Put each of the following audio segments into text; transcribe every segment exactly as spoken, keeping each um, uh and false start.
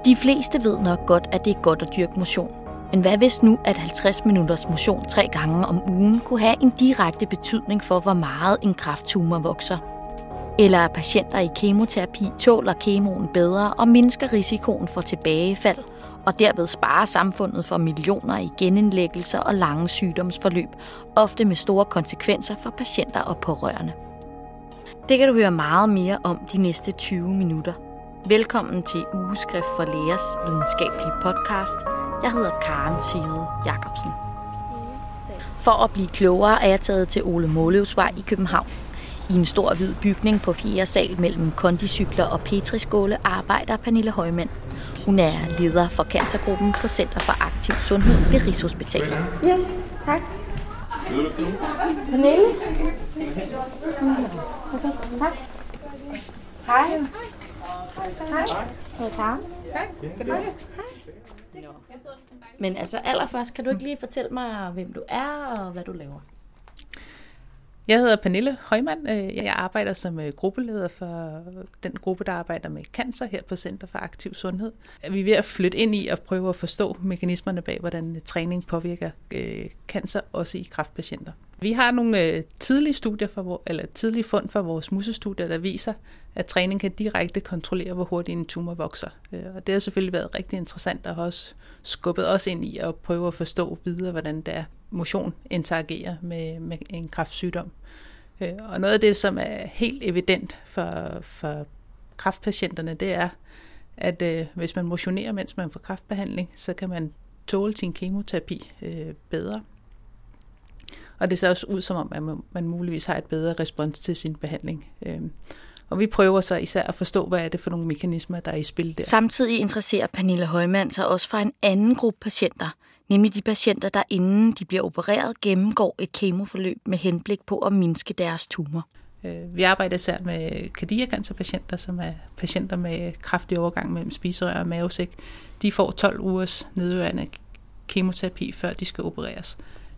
De fleste ved nok godt, at det er godt at dyrke motion. Men hvad hvis nu, at halvtreds minutters motion tre gange om ugen kunne have en direkte betydning for, hvor meget en kræfttumor vokser? Eller at patienter i kemoterapi tåler kemoen bedre og mindsker risikoen for tilbagefald, og derved sparer samfundet for millioner i genindlæggelser og lange sygdomsforløb, ofte med store konsekvenser for patienter og pårørende. Det kan du høre meget mere om de næste tyve minutter. Velkommen til Ugeskrift for Lægers videnskabelige podcast. Jeg hedder Karen Sigrid Jacobsen. For at blive klogere er jeg taget til Ole Måløvsvej i København. I en stor hvid bygning på fjerde sal mellem kondicykler og petriskåle arbejder Pernille Højmand. Hun er leder for cancergruppen på Center for Aktiv Sundhed ved Rigshospitalet. Yes, tak. Pernille? Okay, tak. Hej. Hej. Hej. Hej. Men altså allerførst, kan du ikke lige fortælle mig, hvem du er og hvad du laver? Jeg hedder Pernille Højmand. Jeg arbejder som gruppeleder for den gruppe, der arbejder med cancer her på Center for Aktiv Sundhed. Vi er ved at flytte ind i og prøve at forstå mekanismerne bag, hvordan træning påvirker cancer, også i kræftpatienter. Vi har nogle tidlige studier for, eller tidlige fund fra vores musestudier, der viser, at træning kan direkte kontrollere, hvor hurtigt en tumor vokser. Og det har selvfølgelig været rigtig interessant og har også skubbet os ind i at prøve at forstå videre, hvordan det er, motion interagerer med, med en kræftsygdom. Og noget af det, som er helt evident for, for kræftpatienterne, det er, at øh, hvis man motionerer, mens man får kræftbehandling, så kan man tåle sin kemoterapi øh, bedre. Og det ser også ud som om, at man, man muligvis har et bedre respons til sin behandling. Øh, og vi prøver så især at forstå, hvad er det for nogle mekanismer, der er i spil der. Samtidig interesserer Pernille Højmand sig også for en anden gruppe patienter, nemlig de patienter, der inden de bliver opereret, gennemgår et kemoforløb med henblik på at mindske deres tumor. Vi arbejder især med kardiakancerpatienter, som er patienter med kraftig overgang mellem spiserør og mavesæk. De får tolv ugers nedørende kemoterapi, før de skal opereres.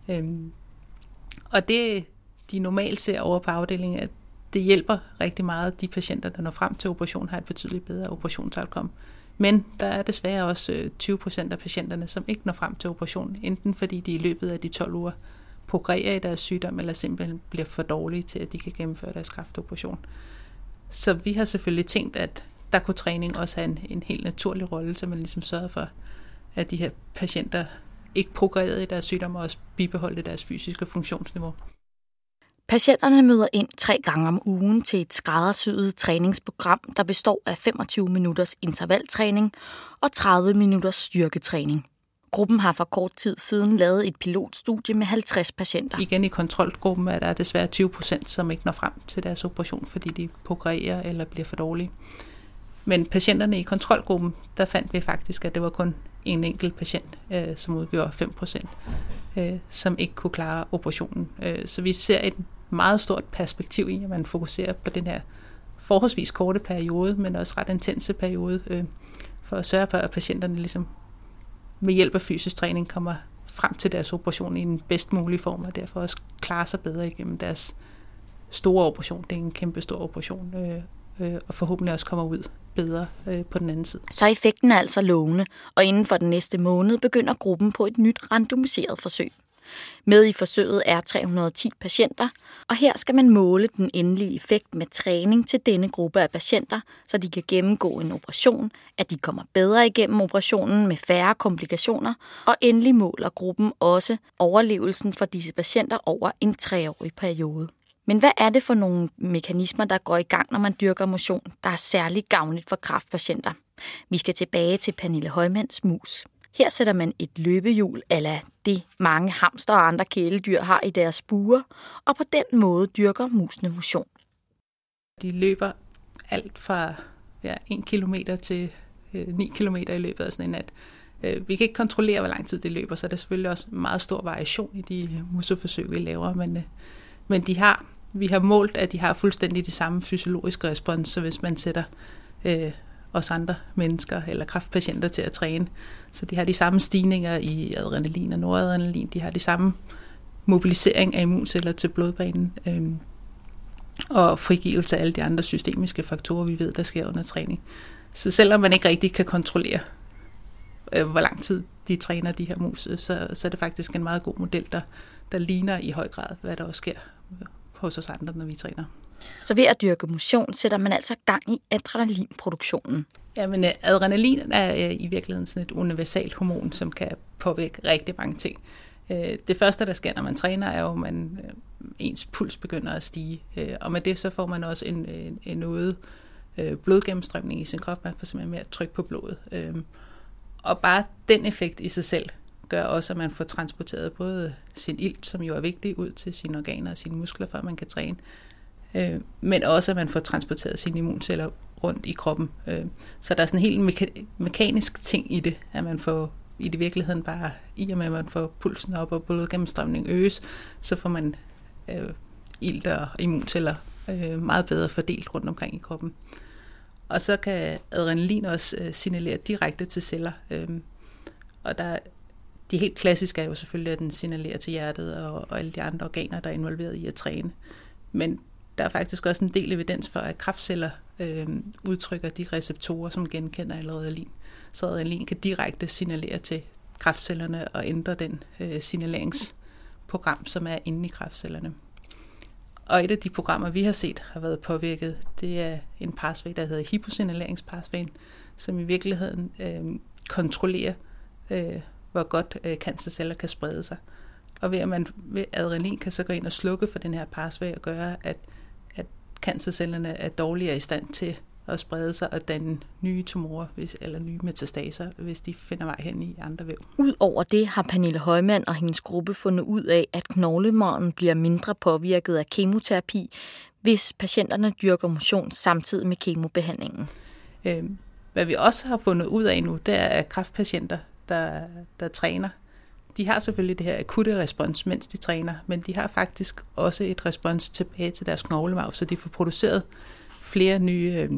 Og det, de normalt ser over på afdelingen, at det hjælper rigtig meget. De patienter, der når frem til operation, har et betydeligt bedre operationsoutcome. Men der er desværre også tyve procent af patienterne, som ikke når frem til operationen, enten fordi de i løbet af de tolv uger progrerer i deres sygdom, eller simpelthen bliver for dårlige til, at de kan gennemføre deres kræftoperation. Så vi har selvfølgelig tænkt, at der kunne træning også have en, en helt naturlig rolle, så man ligesom sørger for, at de her patienter ikke progrerede i deres sygdom og også bibeholdte deres fysiske funktionsniveau. Patienterne møder ind tre gange om ugen til et skræddersyet træningsprogram, der består af femogtyve minutters intervaltræning og tredive minutters styrketræning. Gruppen har for kort tid siden lavet et pilotstudie med halvtreds patienter. Igen i kontrolgruppen er der desværre tyve procent, som ikke når frem til deres operation, fordi de progrerer eller bliver for dårlige. Men patienterne i kontrolgruppen, der fandt vi faktisk, at det var kun en enkelt patient, øh, som udgjorde fem procent, øh, som ikke kunne klare operationen. Øh, så vi ser et meget stort perspektiv i, at man fokuserer på den her forholdsvis korte periode, men også ret intense periode, øh, for at sørge for, at patienterne ligesom med hjælp af fysisk træning kommer frem til deres operation i en bedst mulig form, og derfor også klarer sig bedre igennem deres store operation. Det er en kæmpe stor operation, øh, øh, og forhåbentlig også kommer ud bedre øh, på den anden side. Så effekten er altså lovende, og inden for den næste måned begynder gruppen på et nyt randomiseret forsøg. Med i forsøget er tre hundrede og ti patienter, og her skal man måle den endelige effekt med træning til denne gruppe af patienter, så de kan gennemgå en operation, at de kommer bedre igennem operationen med færre komplikationer, og endelig måler gruppen også overlevelsen for disse patienter over en treårig periode. Men hvad er det for nogle mekanismer, der går i gang, når man dyrker motion, der er særligt gavnligt for kræftpatienter? Vi skal tilbage til Pernille Højmands mus. Her sætter man et løbehjul ala det mange hamster og andre kæledyr har i deres buer, og på den måde dyrker musene motion. De løber alt fra ja, en kilometer til øh, ni kilometer i løbet af sådan en nat. Øh, vi kan ikke kontrollere, hvor lang tid de løber, så der er selvfølgelig også meget stor variation i de museforsøg, vi laver. Men, øh, men de har, vi har målt, at de har fuldstændig de samme fysiologiske respons, så hvis man sætter øh, os andre mennesker eller kræftpatienter til at træne. Så de har de samme stigninger i adrenalin og noradrenalin. De har de samme mobilisering af immunceller til blodbanen øhm, og frigivelse af alle de andre systemiske faktorer, vi ved, der sker under træning. Så selvom man ikke rigtig kan kontrollere øh, hvor lang tid de træner de her mus, så, så er det faktisk en meget god model, der, der ligner i høj grad, hvad der også sker hos os andre, når vi træner. Så ved at dyrke motion, sætter man altså gang i adrenalinproduktionen. Jamen, adrenalin er i virkeligheden sådan et universalt hormon, som kan påvirke rigtig mange ting. Det første, der sker, når man træner, er jo, at man, ens puls begynder at stige. Og med det, så får man også en, en øget blodgennemstrømning i sin krop. Man får simpelthen mere tryk på blodet. Og bare den effekt i sig selv gør også, at man får transporteret både sin ilt, som jo er vigtig, ud til sine organer og sine muskler, for at man kan træne. Men også, at man får transporteret sine immunceller rundt i kroppen. Så der er sådan en helt meka- mekanisk ting i det, at man får i det virkeligheden bare, i og med at man får pulsen op og blodgennemstrømning øges, så får man øh, ilt og immunceller øh, meget bedre fordelt rundt omkring i kroppen. Og så kan adrenalin også øh, signalere direkte til celler. Øh, og der, de helt klassiske er jo selvfølgelig, at den signalerer til hjertet og, og alle de andre organer, der er involveret i at træne. Men der er faktisk også en del evidens for, at kræftceller øh, udtrykker de receptorer, som genkender adrenalin. Så adrenalin kan direkte signalere til kræftcellerne og ændre den øh, signaleringsprogram, som er inde i kræftcellerne. Og et af de programmer, vi har set, har været påvirket, det er en pathway, der hedder hyposignaleringspathwayen, som i virkeligheden øh, kontrollerer, øh, hvor godt øh, cancerceller kan sprede sig. Og ved at man ved adrenalin kan så gå ind og slukke for den her pathway og gøre, at, at cancercellerne er dårligere i stand til at sprede sig og danne nye tumorer hvis, eller nye metastaser, hvis de finder vej hen i andre væv. Udover det har Pernille Højmand og hendes gruppe fundet ud af, at knoglemarven bliver mindre påvirket af kemoterapi, hvis patienterne dyrker motion samtidig med kemobehandlingen. Hvad vi også har fundet ud af nu, det er, at kræftpatienter, der, der træner, de har selvfølgelig det her akutte respons, mens de træner, men de har faktisk også et respons tilbage til deres knoglemarv, så de får produceret flere nye, øh,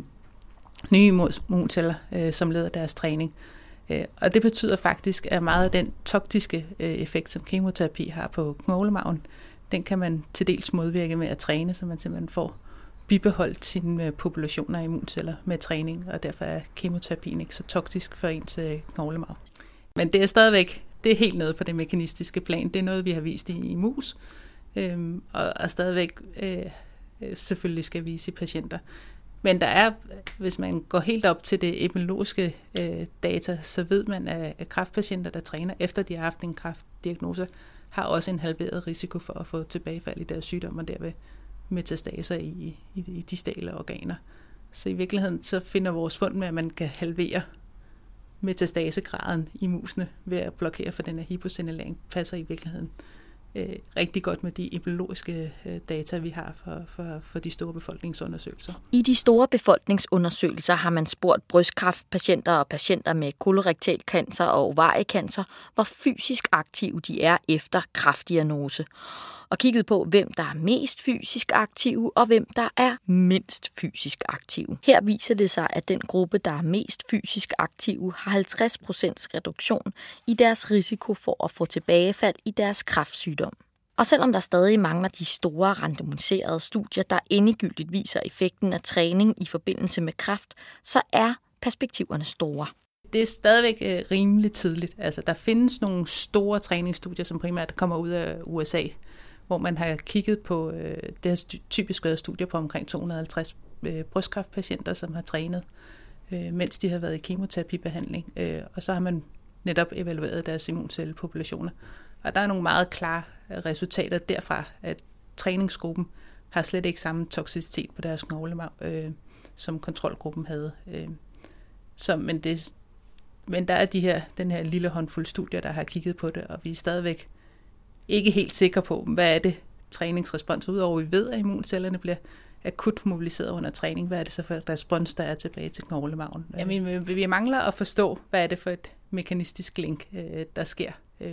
nye immunceller, øh, som leder deres træning. Øh, og det betyder faktisk, at meget af den toksiske øh, effekt, som kemoterapi har på knoglemarven, den kan man til dels modvirke med at træne, så man simpelthen får bibeholdt sine populationer af immunceller med træning, og derfor er kemoterapien ikke så toksisk for ens øh, knoglemarv. Men det er stadigvæk, det er helt nede på det mekanistiske plan. Det er noget, vi har vist i, i mus, øh, og, og stadigvæk øh, selvfølgelig skal vise i patienter. Men der er, hvis man går helt op til det epidemiologiske øh, data, så ved man, at kræftpatienter, der træner efter de har haft en kræftdiagnose, har også en halveret risiko for at få tilbagefald i deres sygdom, og derved metastaser i, i, i distale organer. Så i virkeligheden så finder vores fund med, at man kan halvere metastasegraden i musene ved at blokere for den her hyposignalering, passer i virkeligheden øh, rigtig godt med de epidemiologiske øh, data, vi har for, for, for de store befolkningsundersøgelser. I de store befolkningsundersøgelser har man spurgt brystkræftpatienter og patienter med kolorektal cancer og ovariecancer, hvor fysisk aktive de er efter kræftdiagnose, og kigget på, hvem der er mest fysisk aktive og hvem der er mindst fysisk aktive. Her viser det sig, at den gruppe, der er mest fysisk aktive, har halvtreds procent reduktion i deres risiko for at få tilbagefald i deres kræftsygdom. Og selvom der stadig mangler de store randomiserede studier, der endegyldigt viser effekten af træning i forbindelse med kræft, så er perspektiverne store. Det er stadigvæk øh, rimelig tidligt. Altså, der findes nogle store træningsstudier, som primært kommer ud af U S A, hvor man har kigget på, øh, det har typisk været studier på omkring to hundrede og halvtreds øh, brystkræftpatienter, som har trænet, øh, mens de har været i kemoterapibehandling. Øh, og så har man netop evalueret deres immuncellepopulationer. Og der er nogle meget klare resultater derfra, at træningsgruppen har slet ikke samme toksicitet på deres knoglemarv, øh, som kontrolgruppen havde. Øh, så, men, det, men der er de her, den her lille håndfuld studier, der har kigget på det, og vi er stadigvæk ikke helt sikre på, hvad er det træningsrespons, udover vi ved, at immuncellerne bliver akut mobiliseret under træning. Hvad er det så for et respons, der er tilbage til knoglemarven? Jamen, vi mangler at forstå, hvad er det for et mekanistisk link, der sker.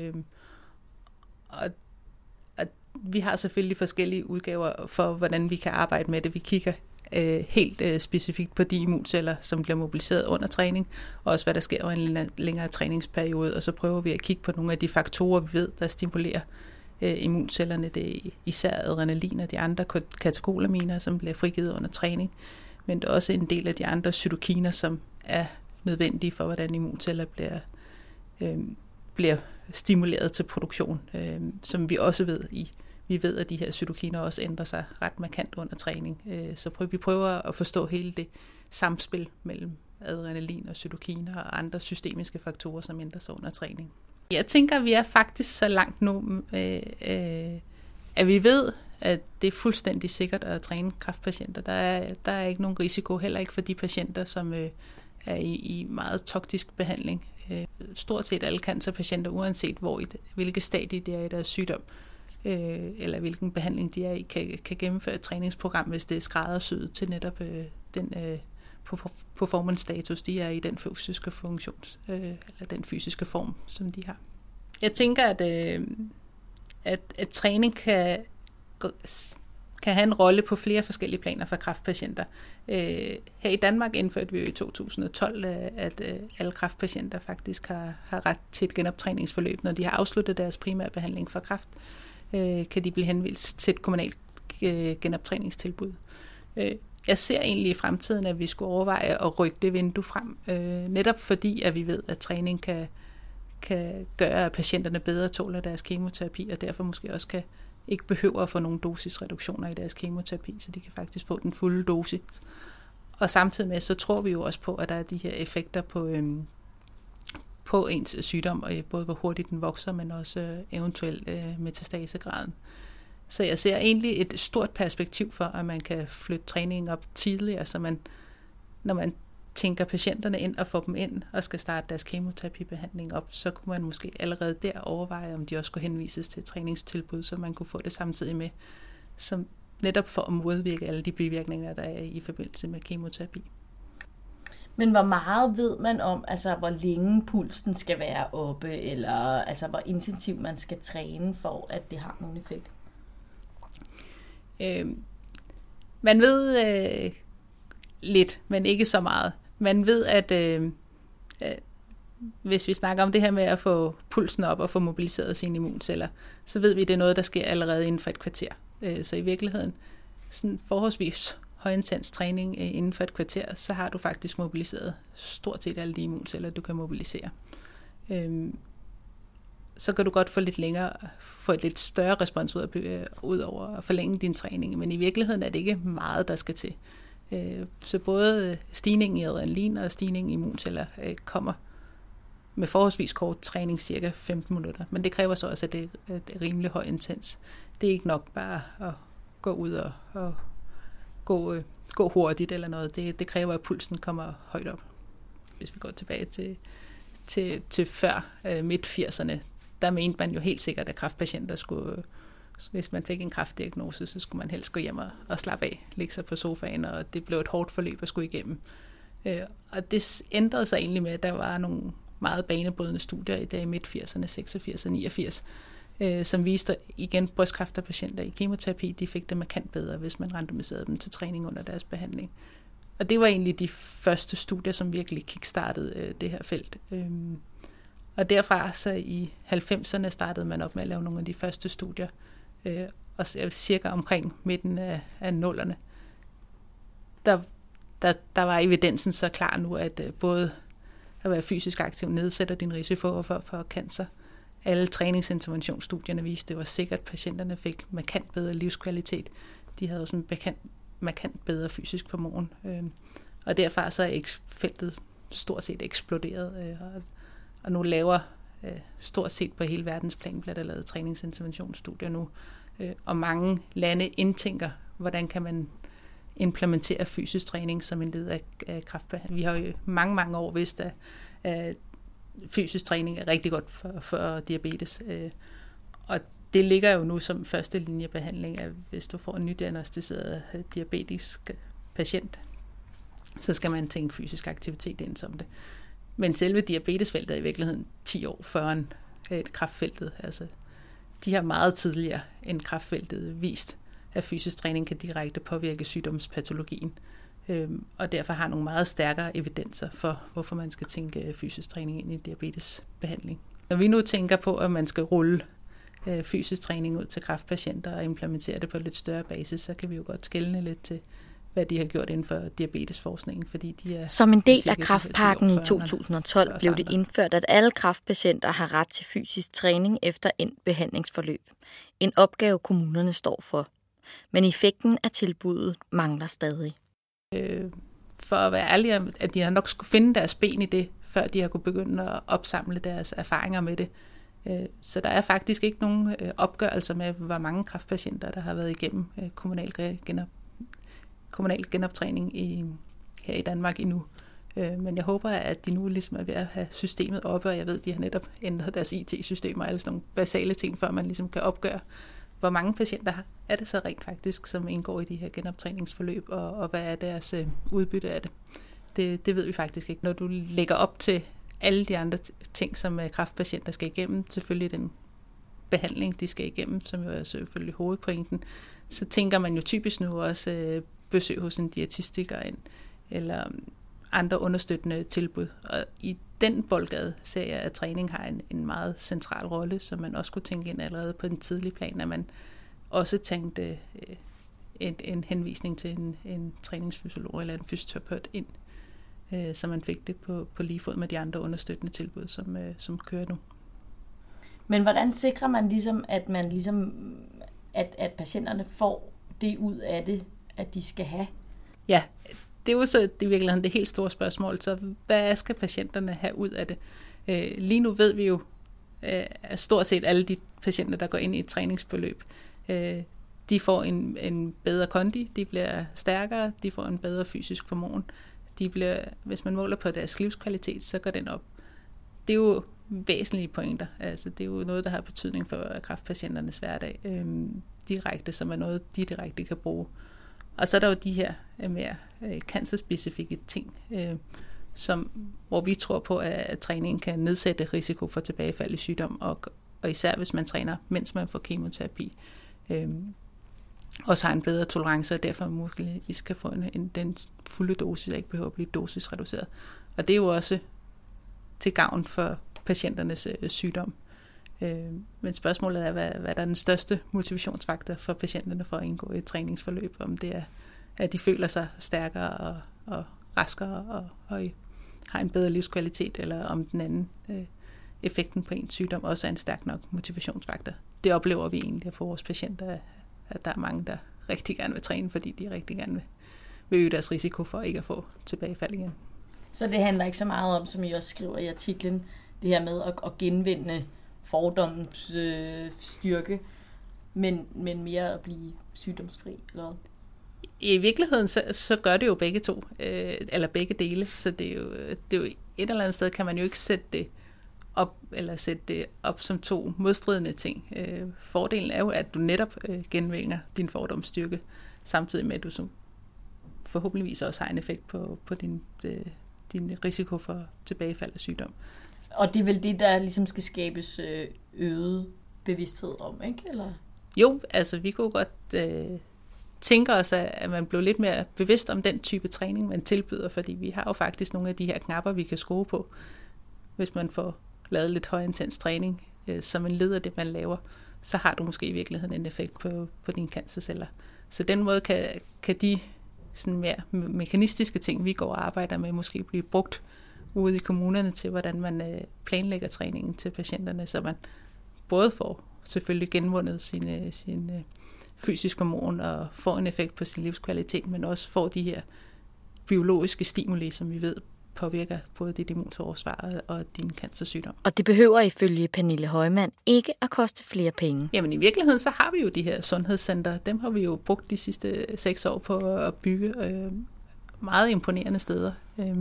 Og, og vi har selvfølgelig forskellige udgaver for, hvordan vi kan arbejde med det. Vi kigger helt specifikt på de immunceller, som bliver mobiliseret under træning, og også hvad der sker over en længere træningsperiode, og så prøver vi at kigge på nogle af de faktorer, vi ved, der stimulerer øh, immuncellerne. Det er især adrenalin og de andre katekolaminer, som bliver frigivet under træning, men det er også en del af de andre cytokiner, som er nødvendige for, hvordan immunceller bliver, øh, bliver stimuleret til produktion, øh, som vi også ved i. Vi ved, at de her cytokiner også ændrer sig ret markant under træning. Øh, så prøv, vi prøver at forstå hele det samspil mellem adrenalin og cytokiner og andre systemiske faktorer, som ændrer sig under træning. Jeg tænker, at vi er faktisk så langt nu, øh, øh, at vi ved, at det er fuldstændig sikkert at træne kræftpatienter. Der er, der er ikke nogen risiko, heller ikke for de patienter, som øh, er i, i meget toksisk behandling. Øh, stort set alle cancerpatienter, uanset hvor i, hvilke stadie de er i deres sygdom, øh, eller hvilken behandling de er i, kan, kan gennemføre et træningsprogram, hvis det er skræddersyet til netop øh, den øh, performance status, de er i den fysiske funktion, øh, eller den fysiske form, som de har. Jeg tænker, at, øh, at, at træning kan, kan have en rolle på flere forskellige planer for kræftpatienter. Øh, her i Danmark indførte vi jo i to tusind og tolv, at øh, alle kræftpatienter faktisk har, har ret til et genoptræningsforløb. Når de har afsluttet deres primære behandling for kræft, øh, kan de blive henvist til et kommunalt øh, genoptræningstilbud. Øh, Jeg ser egentlig i fremtiden, at vi skulle overveje at rykke det vindue frem, øh, netop fordi, at vi ved, at træning kan, kan gøre, at patienterne bedre tåler deres kemoterapi, og derfor måske også kan ikke behøver at få nogle dosisreduktioner i deres kemoterapi, så de kan faktisk få den fulde dosis. Og samtidig med, så tror vi jo også på, at der er de her effekter på, øh, på ens sygdom, og både hvor hurtigt den vokser, men også øh, eventuelt øh, metastasegraden. Så jeg ser egentlig et stort perspektiv for, at man kan flytte træningen op tidligere, så man, når man tænker patienterne ind og får dem ind og skal starte deres kemoterapibehandling op, så kunne man måske allerede der overveje, om de også skulle henvises til et træningstilbud, så man kunne få det samtidig med, som netop for at modvirke alle de bivirkninger, der er i forbindelse med kemoterapi. Men hvor meget ved man om, altså hvor længe pulsen skal være oppe, eller altså hvor intensivt man skal træne for, at det har nogen effekt? Øh, man ved øh, lidt, men ikke så meget. Man ved, at øh, øh, hvis vi snakker om det her med at få pulsen op og få mobiliseret sine immunceller, så ved vi, at det er noget, der sker allerede inden for et kvarter. Øh, så i virkeligheden, sådan forholdsvis højintens træning øh, inden for et kvarter, så har du faktisk mobiliseret stort set alle de immunceller, du kan mobilisere. Øh, så kan du godt få lidt længere, få et lidt større respons ud, af, ud over at forlænge din træning. Men i virkeligheden er det ikke meget, der skal til. Så både stigningen i adrenalin og stigningen i immunceller kommer med forholdsvis kort træning, cirka femten minutter. Men det kræver så også, at det er rimelig høj intens. Det er ikke nok bare at gå ud og, og gå, gå hurtigt eller noget. Det, det kræver, at pulsen kommer højt op. Hvis vi går tilbage til, til, til før øh, midt firserne, der mente man jo helt sikkert, at kræftpatienter skulle, hvis man fik en kræftdiagnose, så skulle man helst gå hjem og, og slappe af, ligge sig på sofaen, og det blev et hårdt forløb at skulle igennem. Øh, og det ændrede sig egentlig med, at der var nogle meget banebrydende studier i dag i midt firserne, seksogfirs og niogfirs, øh, som viste, at igen brystkræftpatienter i kemoterapi, de fik det markant bedre, hvis man randomiserede dem til træning under deres behandling. Og det var egentlig de første studier, som virkelig kickstartede øh, det her felt. Øh, Og derfra så i halvfemserne startede man op med at lave nogle af de første studier, øh, og cirka omkring midten af, af nullerne. Der, der, der var evidensen så klar nu, at øh, både at være fysisk aktiv nedsætter din risiko for, for cancer. Alle træningsinterventionsstudierne viste, at det var sikkert, at patienterne fik markant bedre livskvalitet. De havde også en markant, markant bedre fysisk formåen. Øh, og derfra så er feltet stort set eksploderet, øh, og Og nu laver øh, stort set på hele verdensplan, bliver der lavet træningsinterventionsstudier nu. Øh, og mange lande indtænker, hvordan kan man implementere fysisk træning som en led af, af kræftbehandling. Vi har jo mange, mange år vidst, at øh, fysisk træning er rigtig godt for, for diabetes. Øh, og det ligger jo nu som første linjebehandling, at hvis du får en nydiagnostiseret diabetisk patient, så skal man tænke fysisk aktivitet ind som det. Men selve diabetesfeltet er i virkeligheden ti år før end kræftfeltet. Altså, de har meget tidligere end kræftfeltet vist, at fysisk træning kan direkte påvirke sygdomspatologien. Øhm, og derfor har nogle meget stærkere evidenser for, hvorfor man skal tænke fysisk træning ind i diabetesbehandling. Når vi nu tænker på, at man skal rulle øh, fysisk træning ud til kræftpatienter og implementere det på lidt større basis, så kan vi jo godt skelne lidt til, hvad de har gjort inden for diabetesforskningen, fordi de er... Som en del af kræftpakken i to tusind og tolv blev det indført, at alle kræftpatienter har ret til fysisk træning efter endt behandlingsforløb. En opgave, kommunerne står for. Men effekten af tilbuddet mangler stadig. Øh, for at være ærlig, at de har nok skulle finde deres ben i det, før de har kunne begynde at opsamle deres erfaringer med det. Øh, så der er faktisk ikke nogen øh, opgørelser med, hvor mange kræftpatienter, der har været igennem øh, kommunal genop kommunal genoptræning i, her i Danmark endnu. Øh, men jeg håber, at de nu ligesom er ved at have systemet oppe, og jeg ved, at de har netop ændret deres I T-systemer og alle sådan nogle basale ting, før man ligesom kan opgøre, hvor mange patienter er det så rent faktisk, som indgår i de her genoptræningsforløb, og, og hvad er deres øh, udbytte af det. det. Det ved vi faktisk ikke. Når du lægger op til alle de andre ting, som øh, kræftpatienter skal igennem, selvfølgelig den behandling, de skal igennem, som jo er selvfølgelig hovedpointen, så tænker man jo typisk nu også øh, besøg hos en diætistiker ind, eller andre understøttende tilbud. Og i den boldgade ser jeg, at træning har en, en meget central rolle, som man også kunne tænke ind allerede på en tidlig plan, at man også tænkte øh, en, en henvisning til en, en træningsfysiolog eller en fysioterapeut ind, øh, så man fik det på, på lige fod med de andre understøttende tilbud, som, øh, som kører nu. Men hvordan sikrer man ligesom, at man ligesom, at, at patienterne får det ud af det, at de skal have? Ja, det er jo så det er virkelig det helt store spørgsmål. Så hvad skal patienterne have ud af det? Øh, lige nu ved vi jo, øh, at stort set alle de patienter, der går ind i et træningsforløb, øh, de får en, en bedre kondi, de bliver stærkere, de får en bedre fysisk formåen. De bliver, hvis man måler på deres livskvalitet, så går den op. Det er jo væsentlige pointer. Altså, det er jo noget, der har betydning for kræftpatienternes hverdag øh, direkte, som er noget, de direkte kan bruge. Og så er der jo de her mere øh, cancerspecifikke ting, øh, som, hvor vi tror på, at, at træningen kan nedsætte risiko for tilbagefald i sygdom, og, og især hvis man træner, mens man får kemoterapi. Øh, også har en bedre tolerance, og derfor muligvis kan få en, en, den fulde dosis, og ikke behøver at blive dosisreduceret. Og det er jo også til gavn for patienternes øh, sygdom. Øh, men spørgsmålet er, hvad, hvad der er den største motivationsfaktor for patienterne for at indgå i et træningsforløb, om det er, at de føler sig stærkere og, og raskere og, og har en bedre livskvalitet, eller om den anden øh, effekten på ens sygdom også er en stærk nok motivationsfaktor. Det oplever vi egentlig for vores patienter, at der er mange, der rigtig gerne vil træne, fordi de rigtig gerne vil, vil øge deres risiko for ikke at få tilbagefald igen. Så det handler ikke så meget om, som I også skriver i artiklen, det her med at, at genvinde fordommens øh, styrke, men, men mere at blive sygdomsfri, eller hvad? I virkeligheden, så, så gør det jo begge to, øh, eller begge dele, så det er, jo, det er jo et eller andet sted, kan man jo ikke sætte det op, eller sætte det op som to modstridende ting. Øh, fordelen er jo, at du netop øh, genvinder din fordomsstyrke, samtidig med, at du som forhåbentligvis også har en effekt på, på din, øh, din risiko for tilbagefald af sygdom. Og det er vel det, der ligesom skal skabes øget bevidsthed om, ikke? Eller? Jo, altså vi kunne godt øh, tænke os, at man blev lidt mere bevidst om den type træning, man tilbyder, fordi vi har jo faktisk nogle af de her knapper, vi kan skrue på, hvis man får lavet lidt højintens træning, øh, som en led af det, man laver, så har du måske i virkeligheden en effekt på, på dine cancerceller. Så den måde kan, kan de sådan mere mekanistiske ting, vi går og arbejder med, måske blive brugt ude i kommunerne til, hvordan man øh, planlægger træningen til patienterne, så man både får selvfølgelig genvundet sin, øh, sin øh, fysisk hormon og får en effekt på sin livskvalitet, men også får de her biologiske stimuli, som vi ved påvirker både dit immunforsvar og din cancersygdom. Og det behøver ifølge Pernille Højmand ikke at koste flere penge. Jamen i virkeligheden så har vi jo de her sundhedscenter. Dem har vi jo brugt de sidste seks år på at bygge øh, meget imponerende steder. Øh,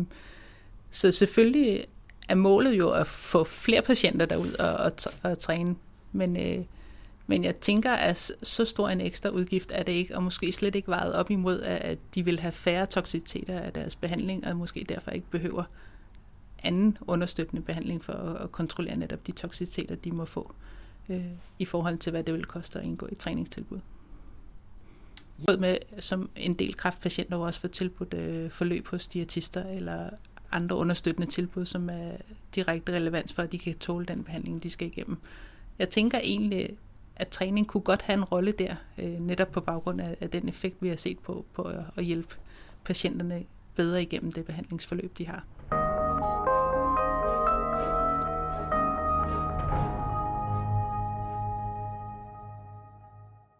Så selvfølgelig er målet jo at få flere patienter derud og, og, og træne. Men, øh, men jeg tænker, at så stor en ekstra udgift er det ikke, og måske slet ikke vejet op imod, at de vil have færre toksiciteter af deres behandling, og måske derfor ikke behøver anden understøttende behandling for at, at kontrollere netop de toksiciteter, de må få, øh, i forhold til, hvad det vil koste at indgå i træningstilbud. Både med, som en del kræftpatienter også får tilbudt øh, forløb hos diætister eller andre understøttende tilbud, som er direkte relevans for, at de kan tåle den behandling, de skal igennem. Jeg tænker egentlig, at træning kunne godt have en rolle der, øh, netop på baggrund af, af den effekt, vi har set på, på at, at hjælpe patienterne bedre igennem det behandlingsforløb, de har.